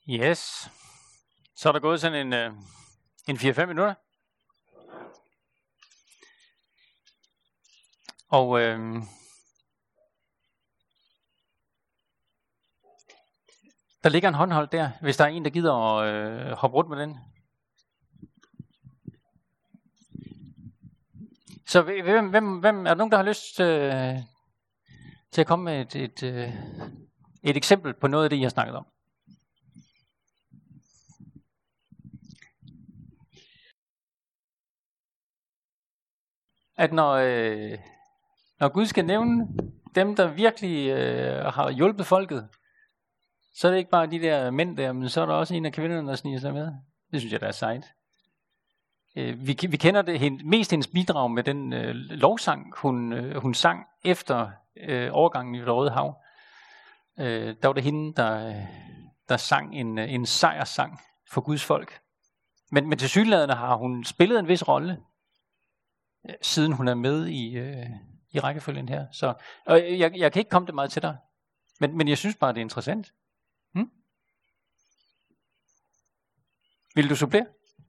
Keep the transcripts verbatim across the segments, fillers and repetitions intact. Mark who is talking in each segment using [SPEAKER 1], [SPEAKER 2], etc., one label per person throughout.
[SPEAKER 1] Yes. Så er der gået sådan en, øh, en fire fem minutter. Og øh, der ligger en håndhold der, hvis der er en, der gider at øh, hoppe rundt med den. Så hvem, hvem, hvem er der nogen, der har lyst øh, til at komme med et, et, øh, et eksempel på noget af det, I har snakket om? At når, øh, når Gud skal nævne dem, der virkelig øh, har hjulpet folket, så er det ikke bare de der mænd der, men så er der også en af kvinderne, der sniger sig med. Det synes jeg, der er sejt. Øh, vi, vi kender det hende, mest hendes bidrag med den øh, lovsang, hun, øh, hun sang efter øh, overgangen i Det Røde Hav. Øh, der var det hende, der, der sang en, en sejrssang for Guds folk. Men, men tilsyneladende har hun spillet en vis rolle, siden hun er med i, øh, i rækkefølgen her. Så, og jeg, jeg kan ikke komme det meget til dig, men, men jeg synes bare, det er interessant. Hmm? Vil du supplere?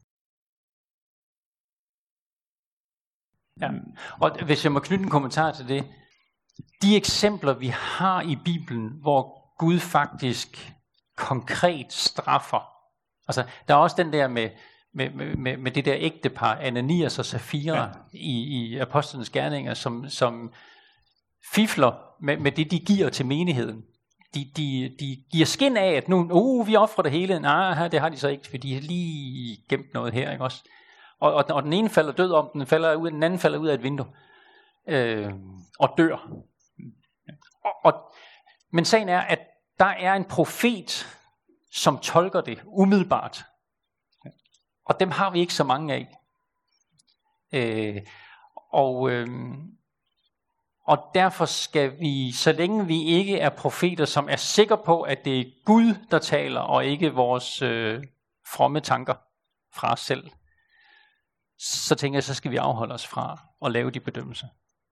[SPEAKER 1] Ja. Og hvis jeg må knytte en kommentar til det. De eksempler, vi har i Bibelen, hvor Gud faktisk konkret straffer. Altså, der er også den der med Med, med, med det der ægtepar, Ananias og Safira, ja. i, i Apostlenes Gerninger, som, som fifler med, med det, de giver til menigheden. De, de, de giver skin af, at nu uh, vi offrer det hele. Nej, det har de så ikke, for de har lige gemt noget her. Ikke også? Og, og, og den ene falder død om, den falder ud, den anden falder ud af et vindue. Øh, og dør. Og, og, men sagen er, at der er en profet, som tolker det umiddelbart. Og dem har vi ikke så mange af. Øh, og, øh, og derfor skal vi, så længe vi ikke er profeter, som er sikre på, at det er Gud, der taler, og ikke vores øh, fromme tanker fra os selv, så tænker jeg, så skal vi afholde os fra at lave de bedømmelser.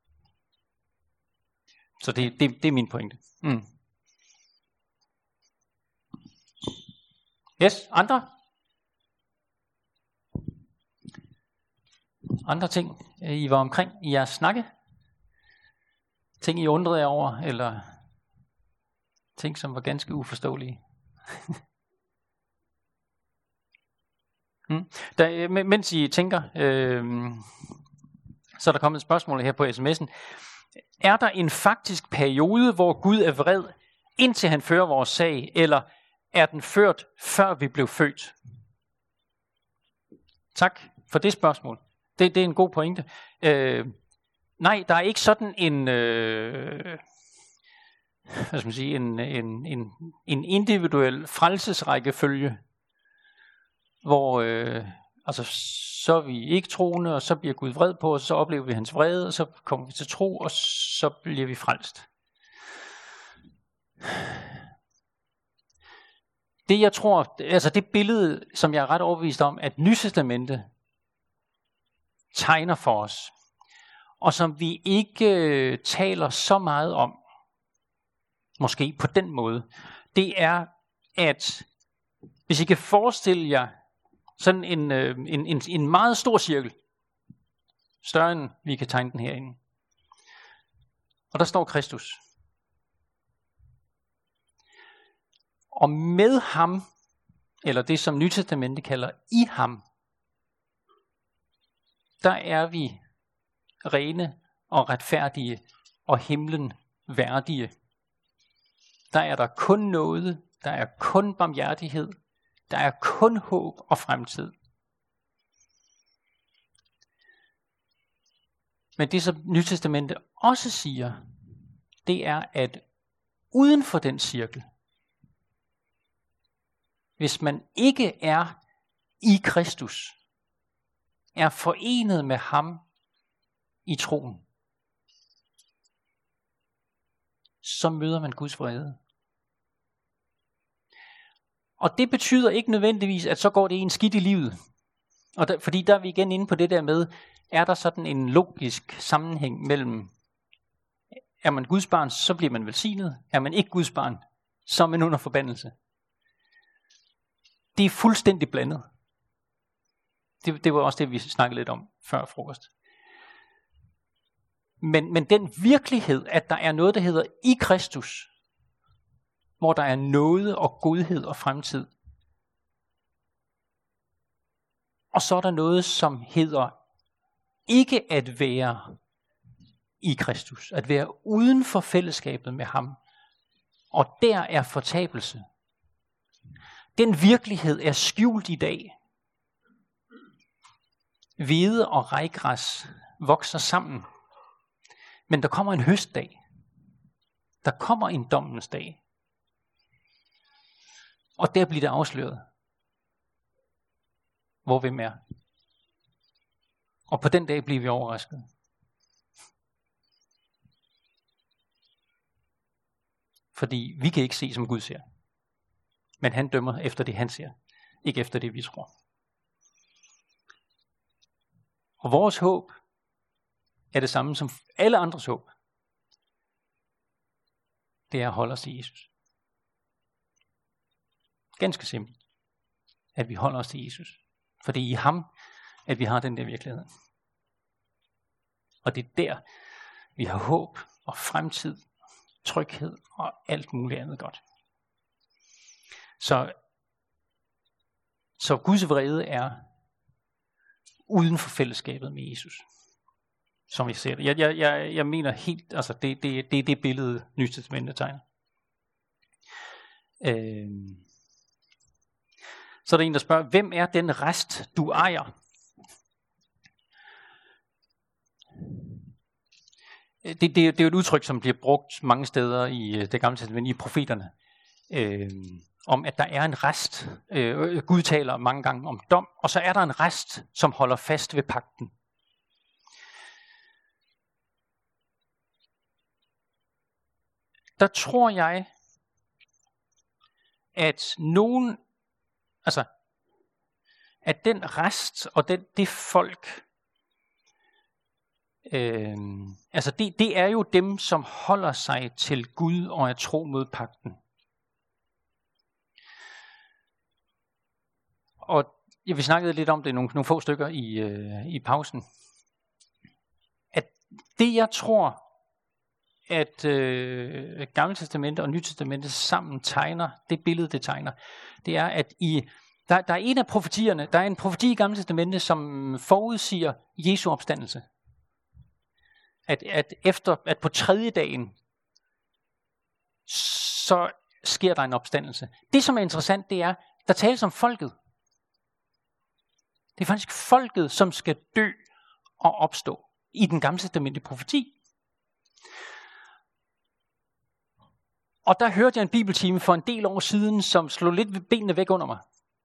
[SPEAKER 1] Så det, det, det er min pointe. Mm. Yes, andre? Andre ting, I var omkring i jeres snakke? Ting, I undrede jer over, eller ting, som var ganske uforståelige? hmm. Der, mens I tænker, øh, så er der kommet et spørgsmål her på sms'en. Er der en faktisk periode, hvor Gud er vred, indtil han fører vores sag, eller er den ført, før vi blev født? Tak for det spørgsmål. Det, det er en god pointe. Øh, nej, der er ikke sådan en, øh, hvad skal man sige, en, en, en, en individuel frelsesrækkefølge, hvor øh, altså, så er vi ikke troende, og så bliver Gud vred på os, så oplever vi hans vrede, og så kommer vi til tro, og så bliver vi frelst. Det jeg tror, altså det billede, som jeg er ret overbevist om, at Nytestamentet tegner for os, og som vi ikke øh, taler så meget om, måske på den måde, det er, at hvis I kan forestille jer sådan en, øh, en, en, en meget stor cirkel, større end vi kan tegne den herinde, og der står Kristus. Og med ham, eller det som Nytestamentet kalder i ham, der er vi rene og retfærdige og himlen værdige. Der er der kun noget, der er kun barmhjertighed, der er kun håb og fremtid. Men det som Nytestamentet også siger, det er, at uden for den cirkel, hvis man ikke er i Kristus, er forenet med ham i troen, så møder man Guds vrede. Og det betyder ikke nødvendigvis, at så går det en skidt i livet. Og der, fordi der er vi igen inde på det der med, er der sådan en logisk sammenhæng mellem, er man Guds barn, så bliver man velsignet. Er man ikke Guds barn, så er man under forbandelse. det er fuldstændig blandet. Det, det var også det, vi snakkede lidt om før frokost. Men, men den virkelighed, at der er noget, der hedder i Kristus, hvor der er nåde og godhed og fremtid. Og så er der noget, som hedder ikke at være i Kristus, at være uden for fællesskabet med ham. Og der er fortabelse. Den virkelighed er skjult i dag. Hvede og rejgræs vokser sammen. Men der kommer en høstdag. Der kommer en dommens dag. Og der bliver det afsløret, hvor hvem er. Og på den dag bliver vi overrasket. Fordi vi kan ikke se, som Gud ser. Men han dømmer efter det, han ser. Ikke efter det, vi tror. Og vores håb er det samme som alle andres håb. Det er at holde os til Jesus. Ganske simpelt. At vi holder os til Jesus. For det er i ham, at vi har den der virkelighed. Og det er der, vi har håb og fremtid, tryghed og alt muligt andet godt. Så, så Guds vrede er uden for fællesskabet med Jesus. Som vi ser det. Jeg, jeg, jeg, jeg mener helt, altså det, det, det er det billede, Nye Testamentet tegner. Øhm. Så er der en, der spørger, hvem er den rest, du ejer? Det, det, det er jo et udtryk, som bliver brugt mange steder i det gamle testament, i profeterne, øh, om at der er en rest. Øh, Gud taler mange gange om dom, og så er der en rest, som holder fast ved pagten. Der tror jeg, at nogen, altså, at den rest og den, det folk, øh, altså det, det er jo dem, som holder sig til Gud og er tro mod pagten. Og ja, vi snakkede lidt om det nogle, nogle få stykker i, øh, i pausen. At det jeg tror, at øh, Gamle Testamente og Nye Testamente sammen tegner, det billede det tegner, det er at i Der, der er en af profetierne, der er en profeti i Gamle Testamente, som forudsiger Jesu opstandelse. At, at, efter, at på tredje dagen, så sker der en opstandelse. Det, som er interessant, det er, der tales om folket. Det er faktisk folket, som skal dø og opstå i den Gamle Testamente profeti. Og der hørte jeg en bibeltime for en del år siden, som slog lidt ved benene væk under mig.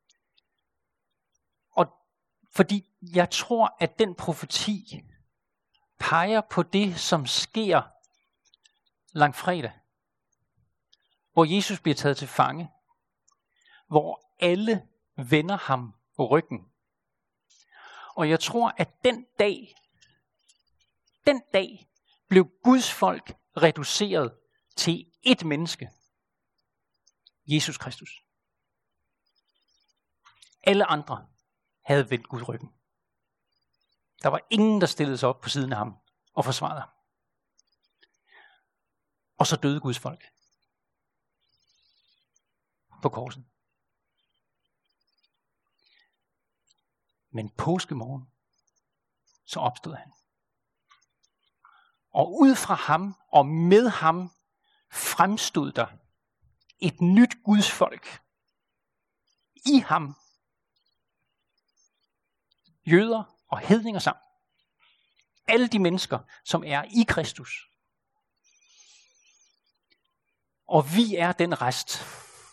[SPEAKER 1] Fordi jeg tror, at den profeti peger på det, som sker langfredag. Hvor Jesus bliver taget til fange. Hvor alle vender ham på ryggen. Og jeg tror, at den dag, den dag blev Guds folk reduceret til ét menneske. Jesus Kristus. Alle andre havde vendt Gud ryggen. Der var ingen, der stillede sig op på siden af ham og forsvarede ham. Og så døde Guds folk på korset. Men påskemorgen, så opstod han. Og ud fra ham og med ham fremstod der et nyt Guds folk. I ham. Jøder og hedninger sammen. Alle de mennesker, som er i Kristus. Og vi er den rest,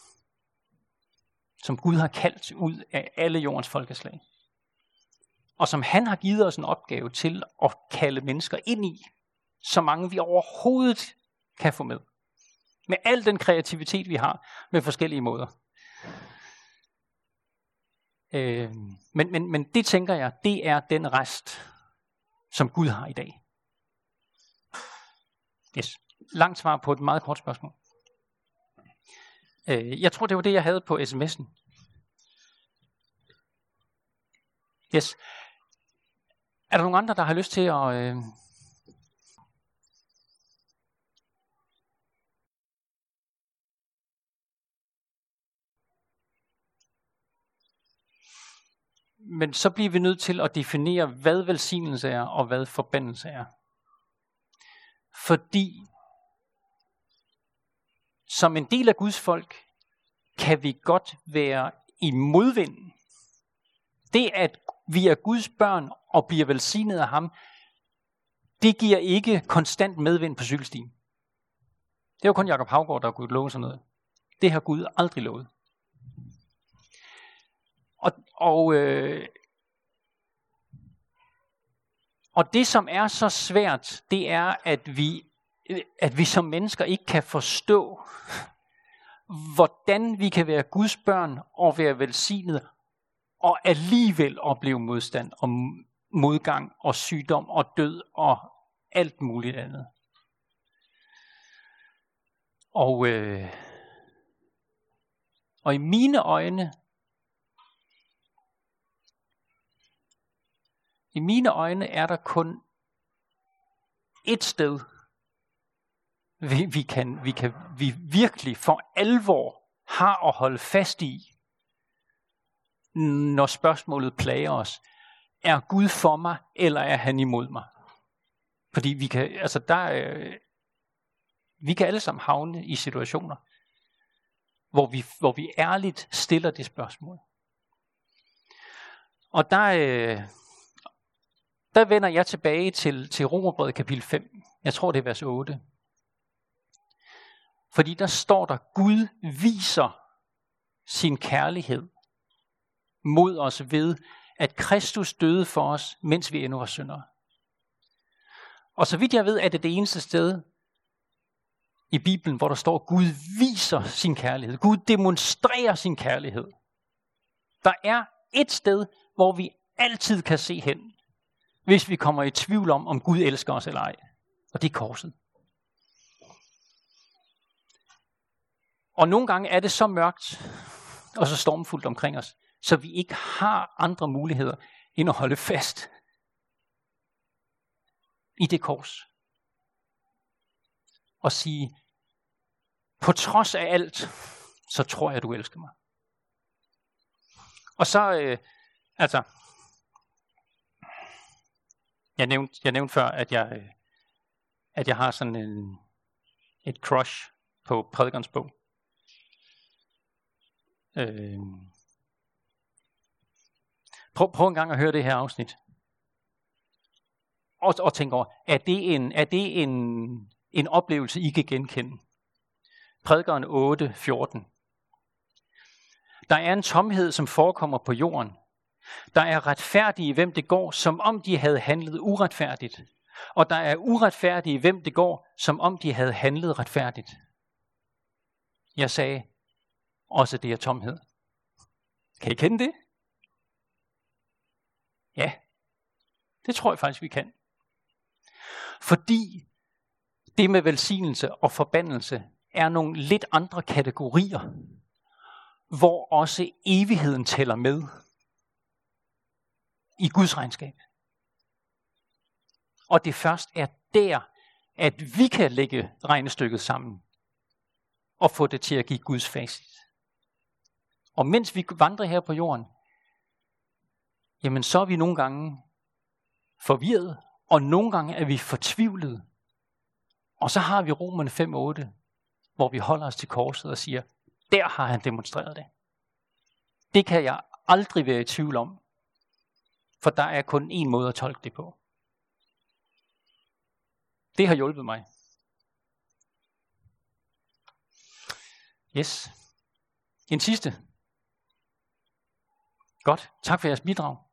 [SPEAKER 1] som Gud har kaldt ud af alle jordens folkeslag. Og som han har givet os en opgave til at kalde mennesker ind i, så mange vi overhovedet kan få med. Med al den kreativitet, vi har, med forskellige måder. Øh, men, men, men det tænker jeg, det er den rest, som Gud har i dag. Yes. Langt svar på et meget kort spørgsmål. Øh, jeg tror, det var det, jeg havde på sms'en. Yes. Er der nogen andre, der har lyst til at... Øh... Men så bliver vi nødt til at definere, hvad velsignelse er, og hvad forbandelse er. Fordi som en del af Guds folk, kan vi godt være i modvind. Det, at vi er Guds børn og bliver velsignet af ham, det giver ikke konstant medvind på cykelstien. Det er jo kun Jakob Haugaard, der har kunnet love sådan noget. Det har Gud aldrig lovet. Og, og, øh, og det, som er så svært, det er, at vi, at vi som mennesker ikke kan forstå, hvordan vi kan være Guds børn og være velsignet, og alligevel opleve modstand og modgang og sygdom og død og alt muligt andet. Og, øh, og i mine øjne, i mine øjne er der kun et sted, vi, vi, kan, vi, kan, vi virkelig for alvor har at holde fast i, når spørgsmålet plager os. Er Gud for mig, eller er han imod mig? Fordi vi kan, altså der, øh, vi kan alle sammen havne i situationer, hvor vi, hvor vi ærligt stiller det spørgsmål. Og der, øh, der vender jeg tilbage til, til Romerbrevet kapitel fem. Jeg tror, det er vers otte. Fordi der står der, Gud viser sin kærlighed mod os ved, at Kristus døde for os, mens vi endnu var syndere. Og så vidt jeg ved, er det det eneste sted i Bibelen, hvor der står, Gud viser sin kærlighed. Gud demonstrerer sin kærlighed. Der er et sted, hvor vi altid kan se hen, hvis vi kommer i tvivl om, om Gud elsker os eller ej. Og det er korset. Og nogle gange er det så mørkt, og så stormfuldt omkring os, så vi ikke har andre muligheder, end at holde fast i det kors. Og sige, på trods af alt, så tror jeg, du elsker mig. Og så, øh, altså, jeg nævnte, jeg nævnte før, at jeg, øh, at jeg har sådan en, et crush på prædikernes bog. Øh, prøv, prøv en gang at høre det her afsnit. Og, og tænk over, er det, en, er det en, en oplevelse, I kan genkende? Prædikeren otte fjorten. Der er en tomhed, som forekommer på jorden. Der er retfærdige, hvem det går, som om de havde handlet uretfærdigt. Og der er uretfærdige, hvem det går, som om de havde handlet retfærdigt. Jeg sagde, også det er tomhed. Kan I kende det? Ja, det tror jeg faktisk, vi kan. Fordi det med velsignelse og forbandelse er nogle lidt andre kategorier, hvor også evigheden tæller med i Guds regnskab. Og det først er der, at vi kan lægge regnestykket sammen og få det til at give Guds facit. Og mens vi vandrer her på jorden, jamen så er vi nogle gange forvirret, og nogle gange er vi fortvivlede. Og så har vi Romerne fem otte, hvor vi holder os til korset og siger, der har han demonstreret det. Det kan jeg aldrig være i tvivl om, for der er kun én måde at tolke det på. Det har hjulpet mig. Yes. En sidste. Godt. Tak for jeres bidrag.